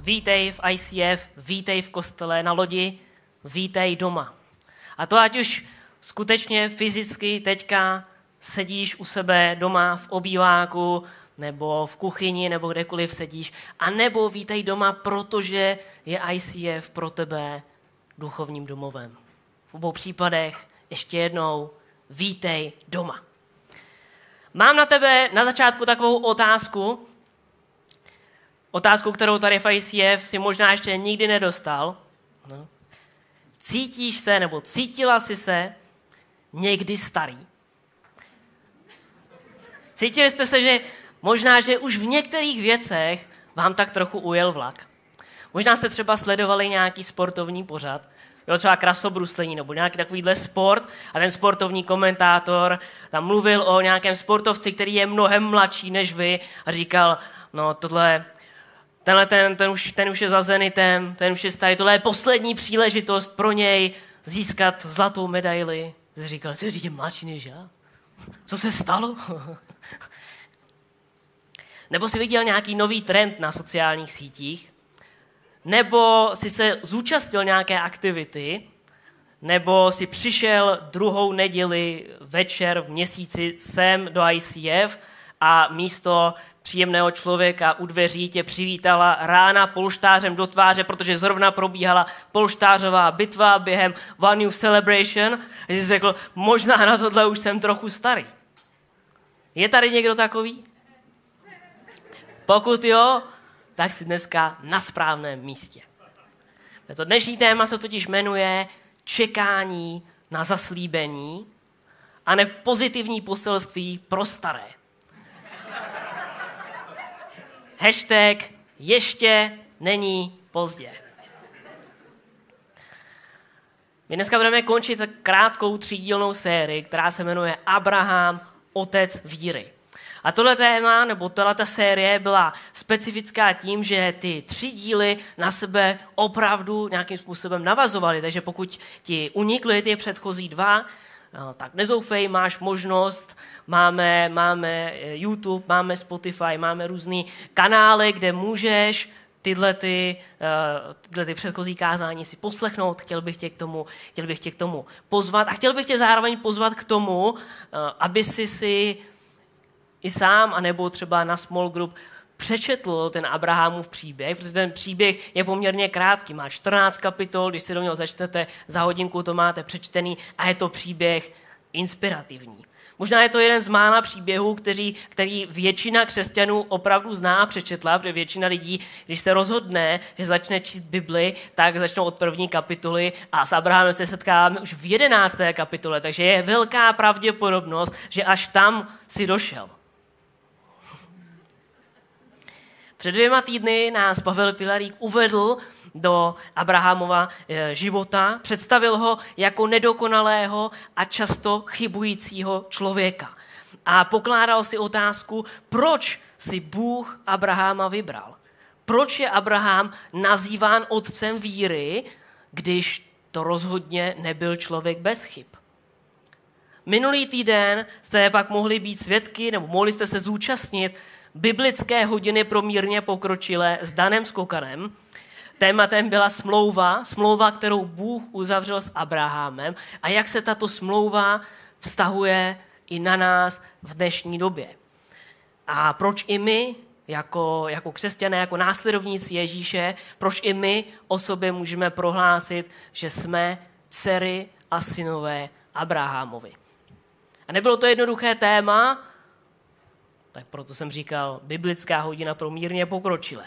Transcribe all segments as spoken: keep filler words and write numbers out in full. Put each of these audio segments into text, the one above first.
vítej v I C F, vítej v kostele, na lodi, vítej doma. A to ať už skutečně fyzicky teďka sedíš u sebe doma v obýváku, nebo v kuchyni, nebo kdekoliv sedíš, a nebo vítej doma, protože je I C F pro tebe duchovním domovem. V obou případech ještě jednou vítej doma. Mám na tebe na začátku takovou otázku, otázku, kterou tady v I C F si možná ještě nikdy nedostal. No. Cítíš se, nebo cítila jsi se někdy starý? Cítili jste se, že možná, že už v některých věcech vám tak trochu ujel vlak. Možná jste třeba sledovali nějaký sportovní pořad, jo, třeba krasobruslení nebo nějaký takovýhle sport, a ten sportovní komentátor tam mluvil o nějakém sportovci, který je mnohem mladší než vy, a říkal, no tohle, tenhle ten, ten, už, ten už je za Zenitem, ten už je starý, tohle je poslední příležitost pro něj získat zlatou medaili. Jsi říkal, ty je mladší než já? Co se stalo? Nebo jsi viděl nějaký nový trend na sociálních sítích, nebo jsi se zúčastnil nějaké aktivity, nebo jsi přišel druhou neděli večer v měsíci sem do I C F a místo příjemného člověka u dveří tě přivítala rána polštářem do tváře, protože zrovna probíhala polštářová bitva během One Youth Celebration. A jsi řekl, možná na tohle už jsem trochu starý. Je tady někdo takový? Pokud jo, tak si dneska na správném místě. To dnešní téma se totiž jmenuje čekání na zaslíbení a ne pozitivní poselství pro staré. Hashtag ještě není pozdě. My dneska budeme končit krátkou třídílnou sérii, která se jmenuje Abraham, otec víry. A tohle téma, nebo tato série byla specifická tím, že ty tři díly na sebe opravdu nějakým způsobem navazovaly. Takže pokud ti unikly ty předchozí dva, tak nezoufej, máš možnost, máme, máme YouTube, máme Spotify, máme různý kanály, kde můžeš tyhle, ty, tyhle ty předchozí kázání si poslechnout. Chtěl bych tě k tomu, chtěl bych tě k tomu pozvat a chtěl bych tě zároveň pozvat k tomu, aby si si i sám, anebo třeba na small group přečetl ten Abrahamův příběh, protože ten příběh je poměrně krátký, má čtrnáct kapitol, když si do něho začnete, za hodinku to máte přečtený a je to příběh inspirativní. Možná je to jeden z mála příběhů, který, který většina křesťanů opravdu zná a přečetla, protože většina lidí, když se rozhodne, že začne číst Bibli, tak začnou od první kapitoly a s Abrahamem se setkáváme už v jedenácté kapitole, takže je velká pravděpodobnost, že až tam si došel. Před dvěma týdny nás Pavel Pilarík uvedl do Abrahamova života, představil ho jako nedokonalého a často chybujícího člověka. A pokládal si otázku, proč si Bůh Abrahama vybral. Proč je Abraham nazýván otcem víry, když to rozhodně nebyl člověk bez chyb. Minulý týden jste pak mohli být svědky, nebo mohli jste se zúčastnit biblické hodiny pro mírně pokročilé s Danem Skokanem. Tématem byla smlouva, smlouva, kterou Bůh uzavřel s Abrahamem a jak se tato smlouva vztahuje i na nás v dnešní době. A proč i my, jako, jako křesťané, jako následovníci Ježíše, proč i my o sobě můžeme prohlásit, že jsme dcery a synové Abrahamovi. A nebylo to jednoduché téma, tak proto jsem říkal biblická hodina pro mírně pokročilé.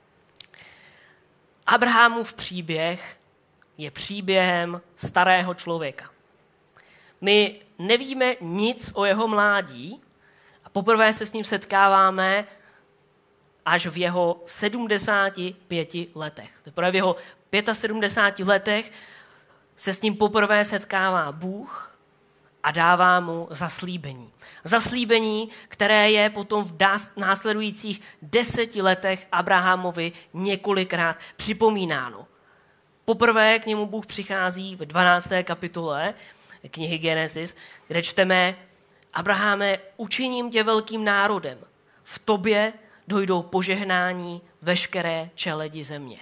Abrahamův příběh je příběhem starého člověka. My nevíme nic o jeho mládí a poprvé se s ním setkáváme až v jeho sedmdesáti pěti letech. Teprve v jeho sedmdesáti pěti letech se s ním poprvé setkává Bůh a dává mu zaslíbení. Zaslíbení, které je potom v následujících deseti letech Abrahamovi několikrát připomínáno. Poprvé k němu Bůh přichází v dvanácté kapitole knihy Genesis, kde čteme: Abrahame, učiním tě velkým národem, v tobě dojdou požehnání veškeré čeledi země.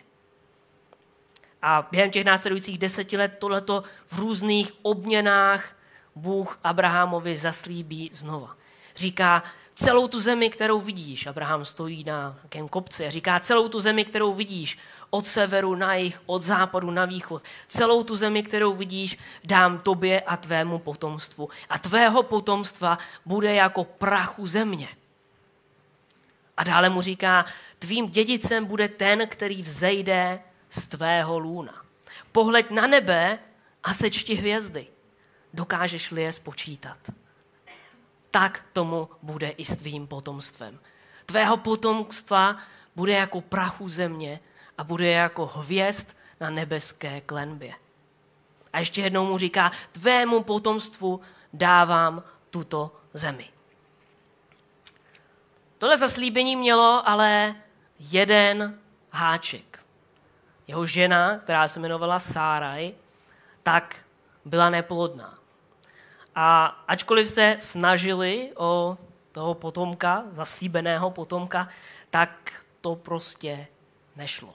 A během těch následujících deseti let tohleto v různých obměnách Bůh Abrahamovi zaslíbí znova. Říká, celou tu zemi, kterou vidíš, Abraham stojí na nějakém kopci a říká, celou tu zemi, kterou vidíš, od severu na jih, od západu na východ, celou tu zemi, kterou vidíš, dám tobě a tvému potomstvu. A tvého potomstva bude jako prachu země. A dále mu říká, tvým dědicem bude ten, který vzejde z tvého lůna. Pohleď na nebe a sečti hvězdy. Dokážeš-li je spočítat? Tak tomu bude i s tvým potomstvem. Tvého potomstva bude jako prachu země a bude jako hvězd na nebeské klenbě. A ještě jednou mu říká, tvému potomstvu dávám tuto zemi. Tohle zaslíbení mělo ale jeden háček. Jeho žena, která se jmenovala Sáraj, tak byla neplodná. A ačkoliv se snažili o toho potomka, zaslíbeného potomka, tak to prostě nešlo.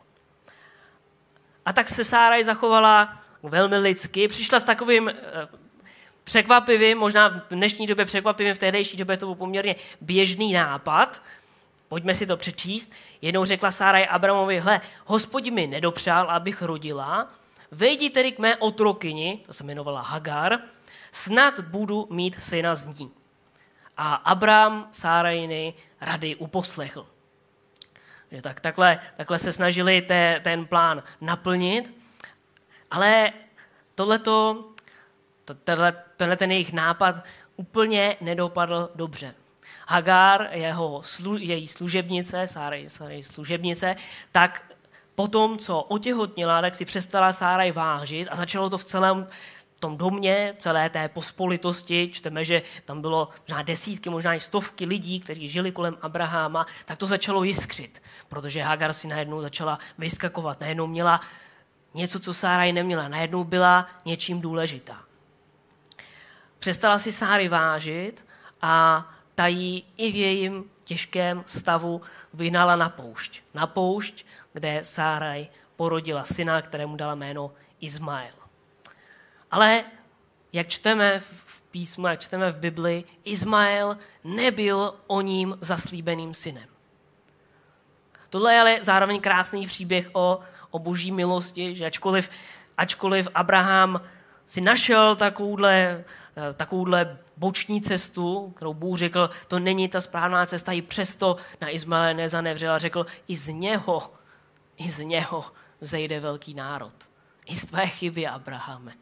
A tak se Sáraj zachovala velmi lidsky. Přišla s takovým eh, překvapivým, možná v dnešní době překvapivým, v tehdejší době to byl poměrně běžný nápad. Pojďme si to přečíst. Jednou řekla Sáraj Abramovi, hle, Hospodin mi nedopřál, abych rodila, vejdi tedy k mé otrokyni, to se jmenovala Hagar, snad budu mít syna z ní. A Abram Sárajiny rady uposlechl. Tak, takhle, takhle se snažili te, ten plán naplnit, ale tohleto, tenhle, tenhle ten jejich nápad úplně nedopadl dobře. Hagar, jeho, slu, její služebnice, Sáraj, Sáraj služebnice, tak potom, co otěhotnila, tak si přestala Sáraj vážit a začalo to v celém tom domě, celé té pospolitosti, čteme, že tam bylo možná desítky, možná i stovky lidí, kteří žili kolem Abraháma, tak to začalo jiskřit, protože Hagar si najednou začala vyskakovat, najednou měla něco, co Sáraj neměla, najednou byla něčím důležitá. Přestala si Sáraj vážit a ta jí i v jejím těžkém stavu vyhnala na poušť. Na poušť, kde Sáraj porodila syna, kterému dala jméno Izmael. Ale jak čteme v písmu, jak čteme v Bibli, Izmael nebyl o ním zaslíbeným synem. Tohle je ale zároveň krásný příběh o, o boží milosti, že ačkoliv, ačkoliv Abraham si našel takovouhle, takovouhle boční cestu, kterou Bůh řekl, to není ta správná cesta, i přesto na Izmaele nezanevřel a řekl, i z něho, i z něho vzejde velký národ. I z tvé chyby, Abrahame,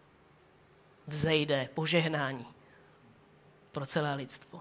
vzejde požehnání pro celé lidstvo.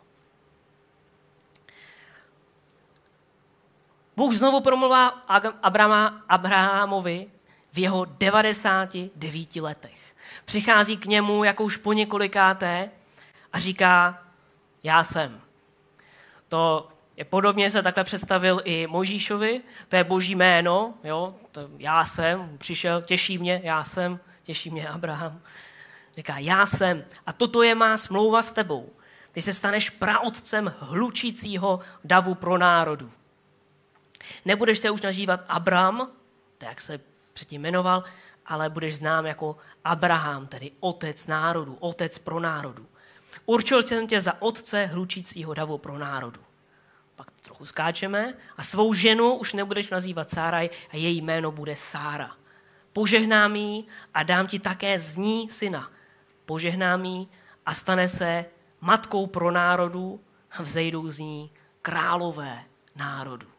Bůh znovu promluvá Abrama, Abrahamovi v jeho devadesáti devíti letech. Přichází k němu jako už po několikáté a říká, já jsem. To je podobně, se takhle představil i Mojžíšovi, to je boží jméno, jo, to já jsem, přišel, těší mě, já jsem, těší mě Abraham. Říká, já jsem a toto je má smlouva s tebou. Ty se staneš praotcem hlučícího davu pro národu. Nebudeš se už nazývat Abram, tak jak se předtím jmenoval, ale budeš znám jako Abraham, tedy otec národu, otec pro národu. Určil jsem tě za otce hlučícího davu pro národu. Pak trochu skáčeme a svou ženu už nebudeš nazývat Sáraj a její jméno bude Sára. Požehnám jí a dám ti také z ní syna. Požehnám jí a stane se matkou pro národu a vzejdou z ní králové národu.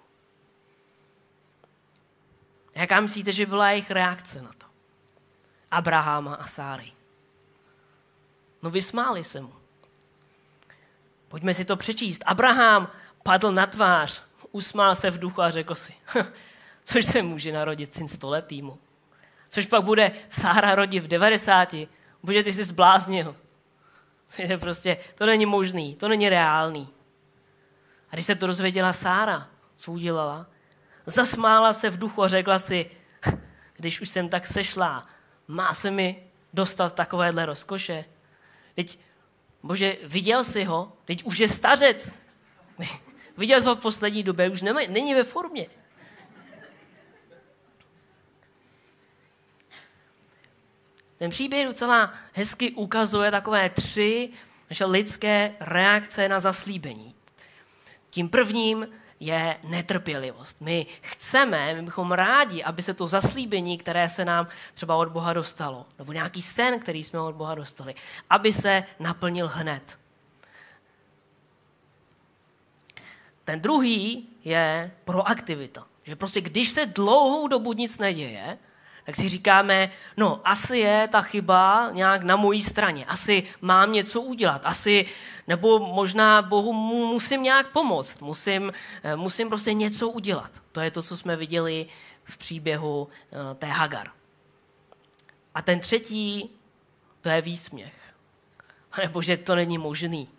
Jaká myslíte, že byla jejich reakce na to? Abrahama a Sáry. No vysmáli se mu. Pojďme si to přečíst. Abraham padl na tvář, usmál se v duchu a řekl si, což se může narodit syn stoletýmu. Což pak bude Sára rodit v devadesáti. Bože, ty jsi zbláznil. Prostě, to není možný, to není reálný. A když se to dozvěděla Sára, co udělala, zasmála se v duchu a řekla si, když už jsem tak sešla, má se mi dostat takovéhle rozkoše. Teď, Bože, viděl jsi ho? Teď už je stařec. Viděl jsem ho v poslední době, už nemá, není ve formě. Ten příběh docela hezky ukazuje takové tři naše lidské reakce na zaslíbení. Tím prvním je netrpělivost. My chceme, my bychom rádi, aby se to zaslíbení, které se nám třeba od Boha dostalo, nebo nějaký sen, který jsme od Boha dostali, aby se naplnil hned. Ten druhý je proaktivita. Že prostě když se dlouhou dobu nic neděje, tak si říkáme, no asi je ta chyba nějak na mojí straně, asi mám něco udělat, asi, nebo možná Bohu musím nějak pomoct, musím, musím prostě něco udělat. To je to, co jsme viděli v příběhu té Hagar. A ten třetí, to je výsměch. Nebo že to není možný.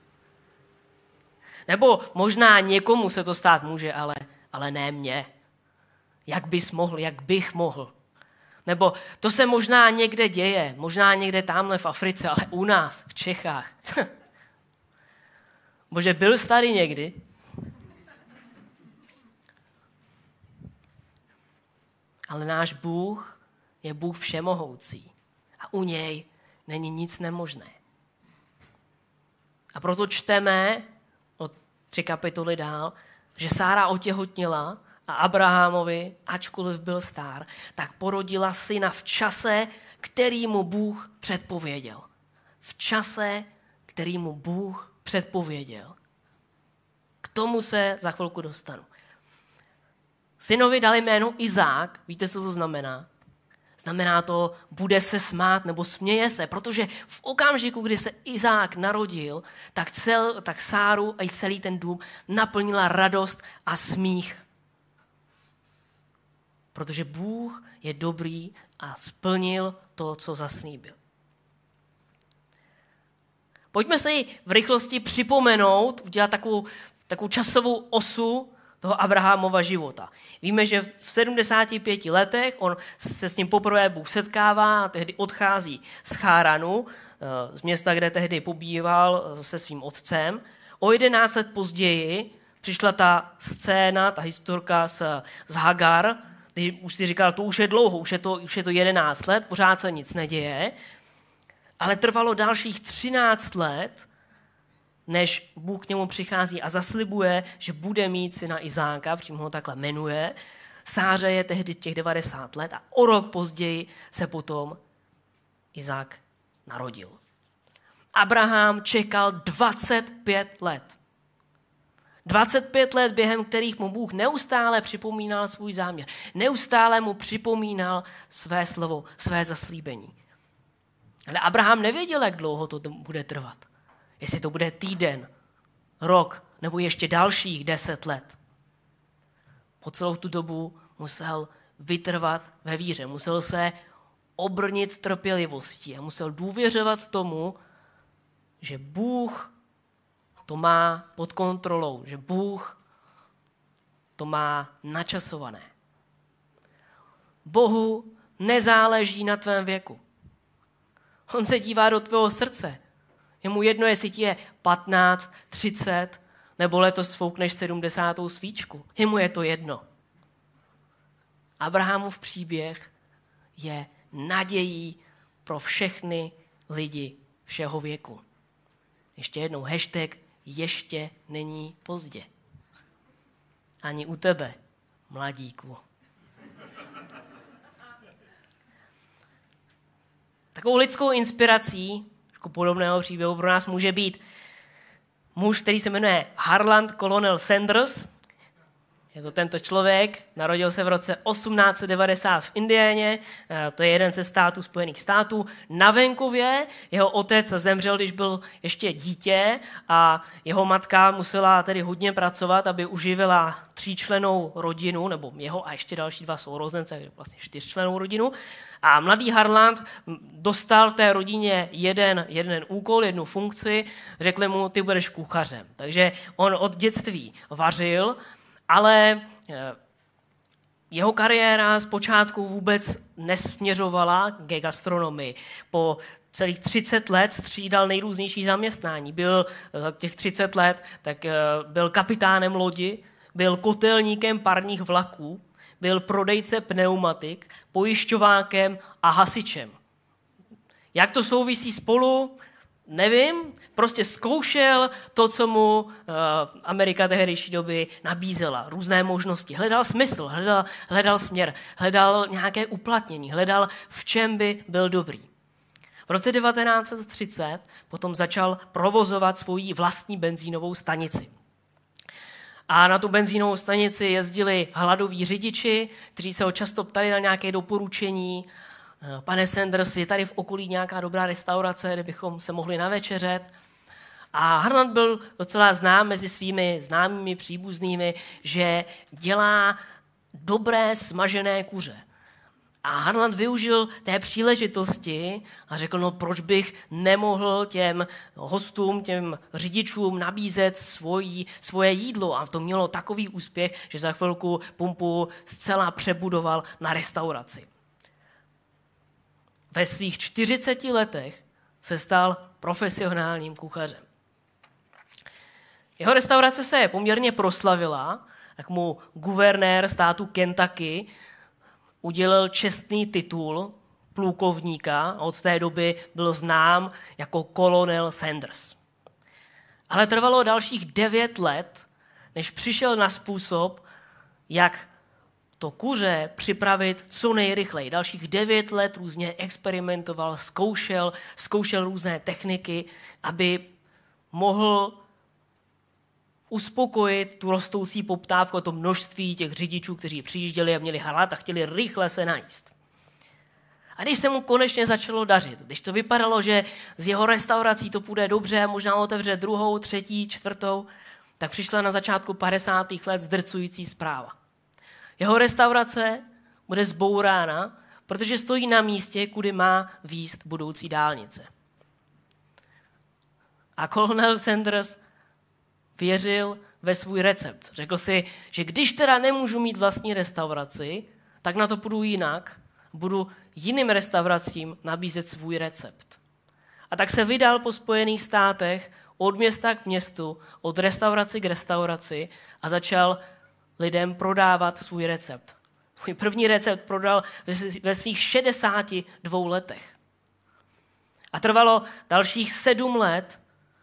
Nebo možná někomu se to stát může, ale, ale ne mně. Jak bys mohl, jak bych mohl. Nebo to se možná někde děje, možná někde tamhle v Africe, ale u nás, v Čechách. Bože, byl jsi tady někdy? Ale náš Bůh je Bůh všemohoucí a u něj není nic nemožné. A proto čteme od tři kapitoly dál, že Sára otěhotněla a Abrahamovi, ačkoliv byl stár, tak porodila syna v čase, který mu Bůh předpověděl. V čase, který mu Bůh předpověděl. K tomu se za chvilku dostanu. Synovi dali jméno Izák. Víte, co to znamená? Znamená to, bude se smát nebo směje se, protože v okamžiku, kdy se Izák narodil, tak, cel, tak Sáru a i celý ten dům naplnila radost a smích. Protože Bůh je dobrý a splnil to, co zaslíbil. Pojďme si v rychlosti připomenout, udělat takovou, takovou časovou osu toho Abrahamova života. Víme, že v sedmdesáti pěti letech on se s ním poprvé Bůh setkává a tehdy odchází z Cháranu, z města, kde tehdy pobýval se svým otcem. O jedenáct let později přišla ta scéna, ta historka s, s Hagar, když už si říkal, to už je dlouho, už je to, už je to jedenáct let, pořád se nic neděje, ale trvalo dalších třináct let, než Bůh k němu přichází a zaslibuje, že bude mít syna Izáka, přímo ho takhle jmenuje. Sáře je tehdy těch devadesát let a o rok později se potom Izák narodil. Abraham čekal dvacet pět let. dvacet pět let, během kterých mu Bůh neustále připomínal svůj záměr. Neustále mu připomínal své slovo, své zaslíbení. Ale Abraham nevěděl, jak dlouho to bude trvat. Jestli to bude týden, rok, nebo ještě dalších deset let. Po celou tu dobu musel vytrvat ve víře. Musel se obrnit trpělivostí a musel důvěřovat tomu, že Bůh to má pod kontrolou, že Bůh to má načasované. Bohu nezáleží na tvém věku. On se dívá do tvého srdce. Je mu jedno, jestli ti je patnáct, třicet, nebo letos sfoukneš sedmdesátou svíčku. Jemu je to jedno. Abrahamův příběh je nadějí pro všechny lidi všeho věku. Ještě jednou hashtag ještě není pozdě. Ani u tebe, mladíku. Takovou lidskou inspirací, jako podobného příběhu pro nás může být muž, který se jmenuje Harland Colonel Sanders. Je to tento člověk, narodil se v roce osmnáct set devadesát v Indianě, to je jeden ze států Spojených států. Na venkově jeho otec zemřel, když byl ještě dítě a jeho matka musela tedy hodně pracovat, aby uživila tříčlennou rodinu, nebo jeho a ještě další dva sourozence, vlastně čtyřčlennou rodinu. A mladý Harland dostal v té rodině jeden, jeden úkol, jednu funkci, řekli mu, ty budeš kuchařem. Takže on od dětství vařil, ale jeho kariéra zpočátku vůbec nesměřovala ke gastronomii. Po celých třicet let střídal nejrůznější zaměstnání. Byl za těch třicet let, tak byl kapitánem lodi, byl kotelníkem parních vlaků, byl prodejce pneumatik, pojišťovákem a hasičem. Jak to souvisí spolu? Nevím, prostě zkoušel to, co mu uh, Amerika tehdejší doby nabízela. Různé možnosti. Hledal smysl, hledal, hledal směr, hledal nějaké uplatnění, hledal, v čem by byl dobrý. V roce devatenáct set třicet potom začal provozovat svoji vlastní benzínovou stanici. A na tu benzínovou stanici jezdili hladoví řidiči, kteří se ho často ptali na nějaké doporučení. Pane Sanders, je tady v okolí nějaká dobrá restaurace, kde bychom se mohli navečeřet? A Harland byl docela znám mezi svými známými příbuznými, že dělá dobré smažené kuře. A Harland využil té příležitosti a řekl, no proč bych nemohl těm hostům, těm řidičům nabízet svojí, svoje jídlo. A to mělo takový úspěch, že za chvilku pumpu zcela přebudoval na restauraci. Ve svých čtyřiceti letech se stal profesionálním kuchařem. Jeho restaurace se poměrně proslavila, tak mu guvernér státu Kentucky udělil čestný titul plukovníka a od té doby byl znám jako kolonel Sanders. Ale trvalo dalších devět let, než přišel na způsob, jak to kuře připravit co nejrychleji. Dalších devět let různě experimentoval, zkoušel, zkoušel různé techniky, aby mohl uspokojit tu rostoucí poptávku, to množství těch řidičů, kteří přijížděli a měli hlad a chtěli rychle se najíst. A když se mu konečně začalo dařit, když to vypadalo, že z jeho restaurací to půjde dobře, možná otevře druhou, třetí, čtvrtou, tak přišla na začátku padesátých let zdrcující zpráva. Jeho restaurace bude zbourána, protože stojí na místě, kudy má vést budoucí dálnice. A kolonel Sanders věřil ve svůj recept. Řekl si, že když teda nemůžu mít vlastní restauraci, tak na to půjdu jinak, budu jiným restauracím nabízet svůj recept. A tak se vydal po Spojených státech od města k městu, od restauraci k restauraci a začal lidem prodávat svůj recept. Svůj první recept prodal ve svých šedesáti dvou letech. A trvalo dalších sedm let,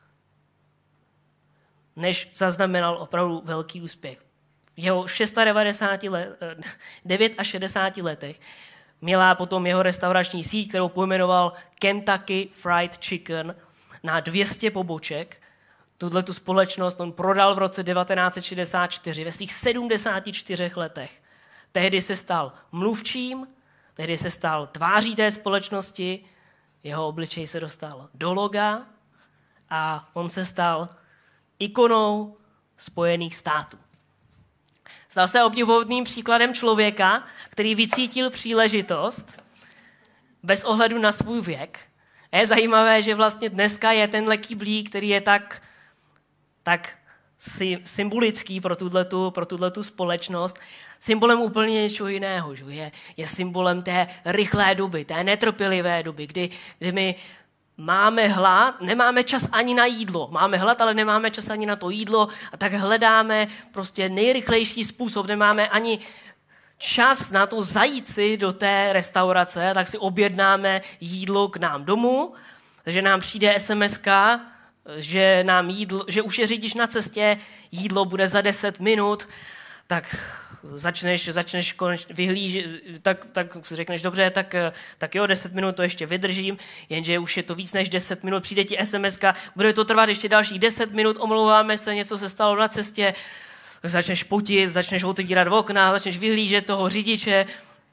než zaznamenal opravdu velký úspěch. V jeho devadesát let, šedesáti letech měla potom jeho restaurační síť, kterou pojmenoval Kentucky Fried Chicken, na dvě stě poboček. Tuto společnost on prodal v roce devatenáct set šedesát čtyři, ve svých sedmdesáti čtyřech letech. Tehdy se stal mluvčím, tehdy se stal tváří té společnosti, jeho obličej se dostal do loga a on se stal ikonou Spojených států. Stal se obdivuhodným příkladem člověka, který vycítil příležitost bez ohledu na svůj věk. A je zajímavé, že vlastně dneska je tenhle kyblík, který je tak, tak symbolický pro tuhletu, pro tuhletu společnost, symbolem úplně něčeho jiného. Že? Je, je symbolem té rychlé doby, té netrpělivé doby, kdy, kdy my máme hlad, nemáme čas ani na jídlo. Máme hlad, ale nemáme čas ani na to jídlo a tak hledáme prostě nejrychlejší způsob. Nemáme ani čas na to zajít si do té restaurace, tak si objednáme jídlo k nám domů, takže nám přijde es em eska, že, nám jídlo, že už je řidič na cestě, jídlo bude za deset minut, tak začneš, začneš konečně vyhlížet, tak, tak si řekneš, dobře, tak, tak jo, deset minut to ještě vydržím, jenže už je to víc než deset minut, přijde ti es em eska, bude to trvat ještě dalších deset minut, omlouváme se, něco se stalo na cestě, začneš potit, začneš otevírat okna, začneš vyhlížet toho řidiče,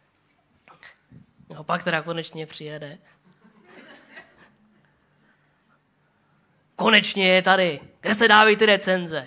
no pak teda konečně přijede. Konečně je tady, kde se dávají ty recenze.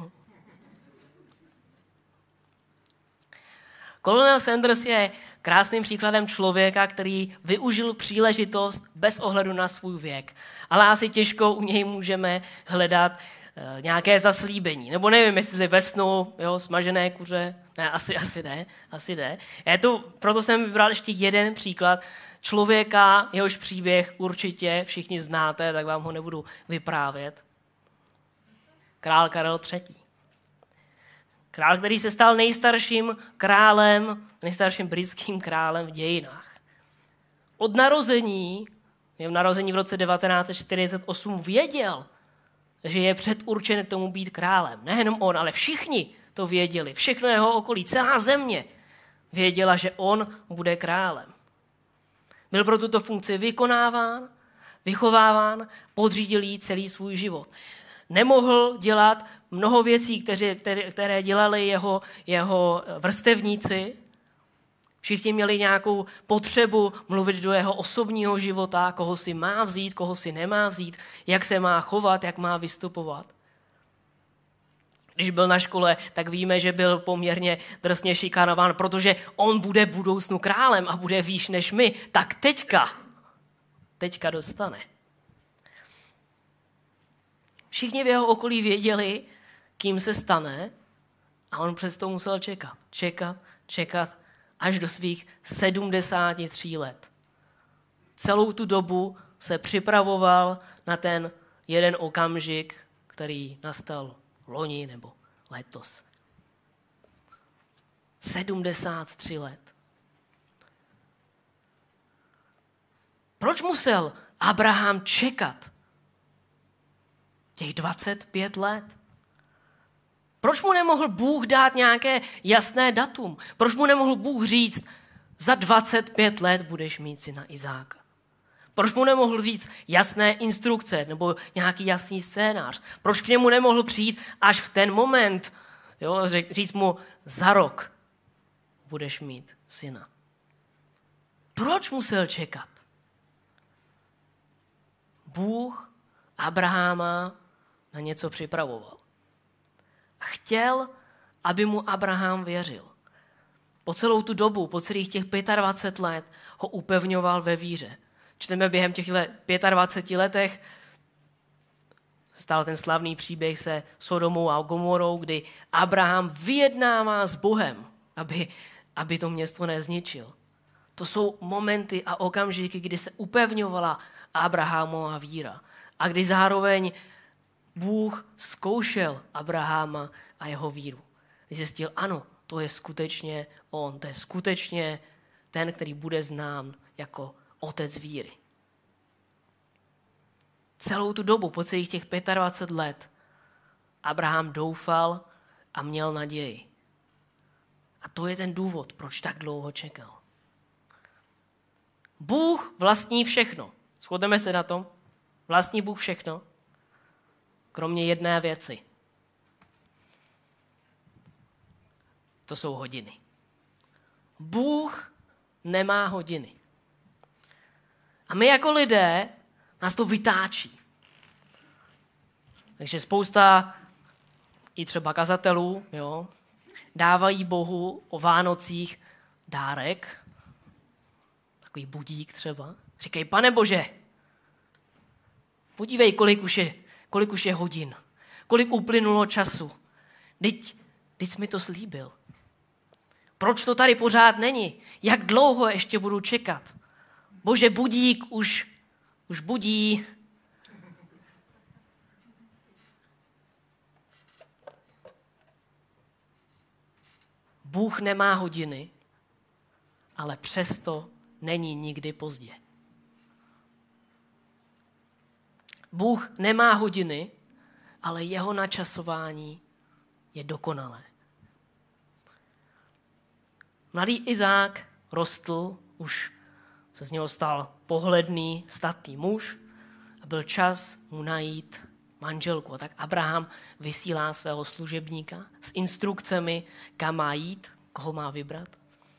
Kolonel Sanders je krásným příkladem člověka, který využil příležitost bez ohledu na svůj věk. Ale asi těžko u něj můžeme hledat e, nějaké zaslíbení. Nebo nevím, jestli ve snu, jo, smažené kuře. Ne, asi, asi ne, asi ne. Já tu, proto jsem vybral ještě jeden příklad člověka, jehož příběh určitě všichni znáte, tak vám ho nebudu vyprávět. Král Karel třetí. Král, který se stal nejstarším králem, nejstarším britským králem v dějinách. Od narození, v narození v roce devatenáct set čtyřicet osm věděl, že je předurčen k tomu být králem. Nejenom on, ale všichni to věděli. Všechno jeho okolí, celá země věděla, že on bude králem. Byl pro tuto funkci vykonáván, vychováván, podřídil jí celý svůj život. Nemohl dělat mnoho věcí, které, které dělali jeho, jeho vrstevníci. Všichni měli nějakou potřebu mluvit do jeho osobního života, koho si má vzít, koho si nemá vzít, jak se má chovat, jak má vystupovat. Když byl na škole, tak víme, že byl poměrně drsně šikanován, protože on bude v budoucnu králem a bude výš než my. Tak teďka, teďka dostane. Všichni v jeho okolí věděli, kým se stane, a on přesto musel čekat. Čekat, čekat až do svých sedmdesáti tří let. Celou tu dobu se připravoval na ten jeden okamžik, který nastal loni nebo letos. sedmdesát tři let. Proč musel Abraham čekat těch dvacet pět let? Proč mu nemohl Bůh dát nějaké jasné datum? Proč mu nemohl Bůh říct, za dvacet pět let budeš mít syna Izáka? Proč mu nemohl říct jasné instrukce nebo nějaký jasný scénář? Proč k němu nemohl přijít až v ten moment, jo, říct mu, za rok budeš mít syna? Proč musel čekat? Bůh Abraháma na něco připravoval. A chtěl, aby mu Abraham věřil. Po celou tu dobu, po celých těch dvacet pět let ho upevňoval ve víře. Čteme během těch dvaceti pěti letech stal ten slavný příběh se Sodomou a Gomorou, kdy Abraham vyjednává s Bohem, aby, aby to město nezničil. To jsou momenty a okamžiky, kdy se upevňovala Abrahamova víra a kdy zároveň Bůh zkoušel Abrahama a jeho víru. Zjistil, ano, to je skutečně on, to je skutečně ten, který bude znám jako otec víry. Celou tu dobu, po celých těch dvacet pět let, Abraham doufal a měl naději. A to je ten důvod, proč tak dlouho čekal. Bůh vlastní všechno. Shodneme se na tom? Vlastní Bůh všechno, kromě jedné věci. To jsou hodiny. Bůh nemá hodiny. A my jako lidé, nás to vytáčí. Takže spousta i třeba kazatelů, jo, dávají Bohu o Vánocích dárek, takový budík třeba. Říkají, Pane Bože, podívej, kolik už je, kolik už je hodin, kolik uplynulo času. Teď, teď jsi mi to slíbil. Proč to tady pořád není? Jak dlouho ještě budu čekat? Bože, budík už, už budí. Bůh nemá hodiny, ale přesto není nikdy pozdě. Bůh nemá hodiny, ale jeho načasování je dokonalé. Mladý Izák rostl, už se z něho stal pohledný, statný muž a byl čas mu najít manželku. A tak Abraham vysílá svého služebníka s instrukcemi, kam má jít, koho má vybrat.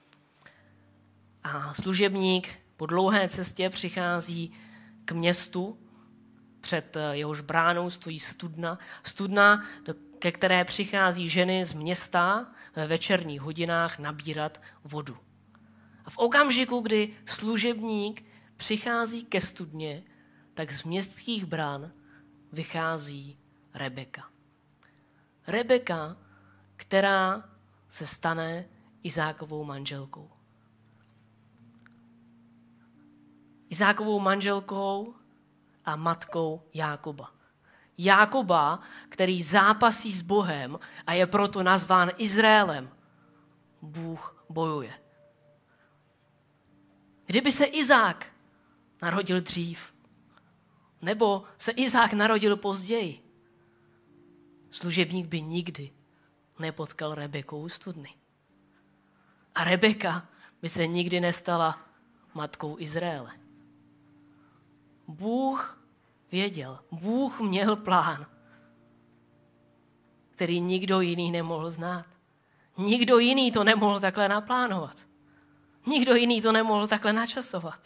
A služebník po dlouhé cestě přichází k městu, před jehož bránou stojí studna. Studna, ke které přichází ženy z města ve večerních hodinách nabírat vodu. A v okamžiku, kdy služebník přichází ke studně, tak z městských brán vychází Rebeka. Rebeka, která se stane Izákovou manželkou. Izákovou manželkou a matkou Jákoba. Jákoba, který zápasí s Bohem a je proto nazván Izraelem. Bůh bojuje. Kdyby se Izák narodil dřív, nebo se Izák narodil později, služebník by nikdy nepotkal Rebeku u studny. A Rebeka by se nikdy nestala matkou Izraele. Bůh věděl, Bůh měl plán, který nikdo jiný nemohl znát. Nikdo jiný to nemohl takhle naplánovat. Nikdo jiný to nemohl takhle načasovat.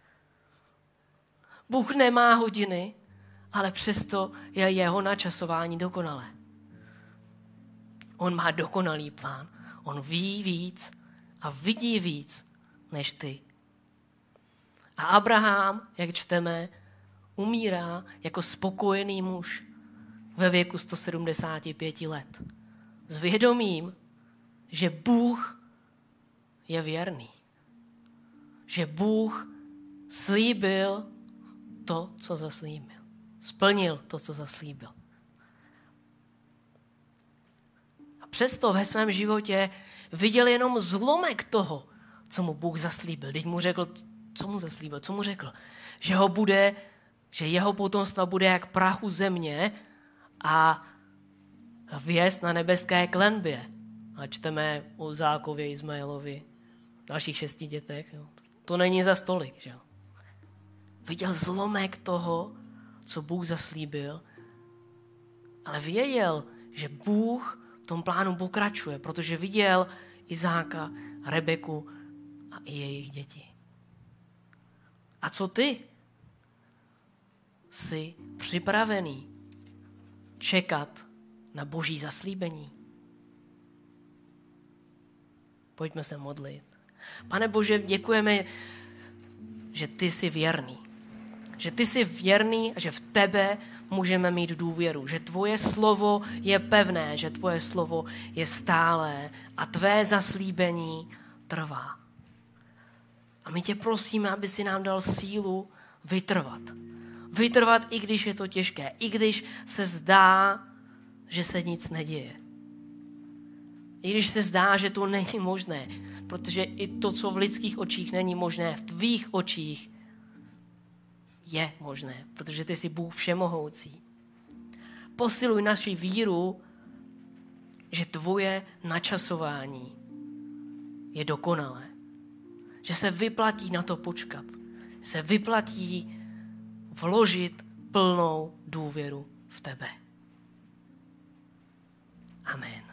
Bůh nemá hodiny, ale přesto je jeho načasování dokonalé. On má dokonalý plán. On ví víc a vidí víc než ty. A Abraham, jak čteme, umírá jako spokojený muž ve věku sto sedmdesát pět let. S vědomím, že Bůh je věrný. Že Bůh slíbil to, co zaslíbil. Splnil to, co zaslíbil. A přesto ve svém životě viděl jenom zlomek toho, co mu Bůh zaslíbil. Teď mu řekl, co mu zaslíbil, co mu řekl? Že ho bude, že jeho potomstva bude jak prachu země a hvězd na nebeské klenbě. A čteme o Izákově, Izmaelovi, dalších šesti dětech. Jo. To není za stolik. Že? Viděl zlomek toho, co Bůh zaslíbil, ale věděl, že Bůh v tom plánu pokračuje, protože viděl Izáka, Rebeku a i jejich děti. A co ty? Jsi připravený čekat na Boží zaslíbení? Pojďme se modlit. Pane Bože, děkujeme, že ty jsi věrný. Že ty jsi věrný a že v tebe můžeme mít důvěru. Že tvoje slovo je pevné, že tvoje slovo je stálé a tvé zaslíbení trvá. A my tě prosíme, aby si nám dal sílu vytrvat. Vytrvat, i když je to těžké, i když se zdá, že se nic neděje. I když se zdá, že to není možné, protože i to, co v lidských očích není možné, v tvých očích je možné, protože ty jsi Bůh všemohoucí. Posiluj naši víru, že tvoje načasování je dokonalé. Že se vyplatí na to počkat. Že se vyplatí vložit plnou důvěru v tebe. Amen.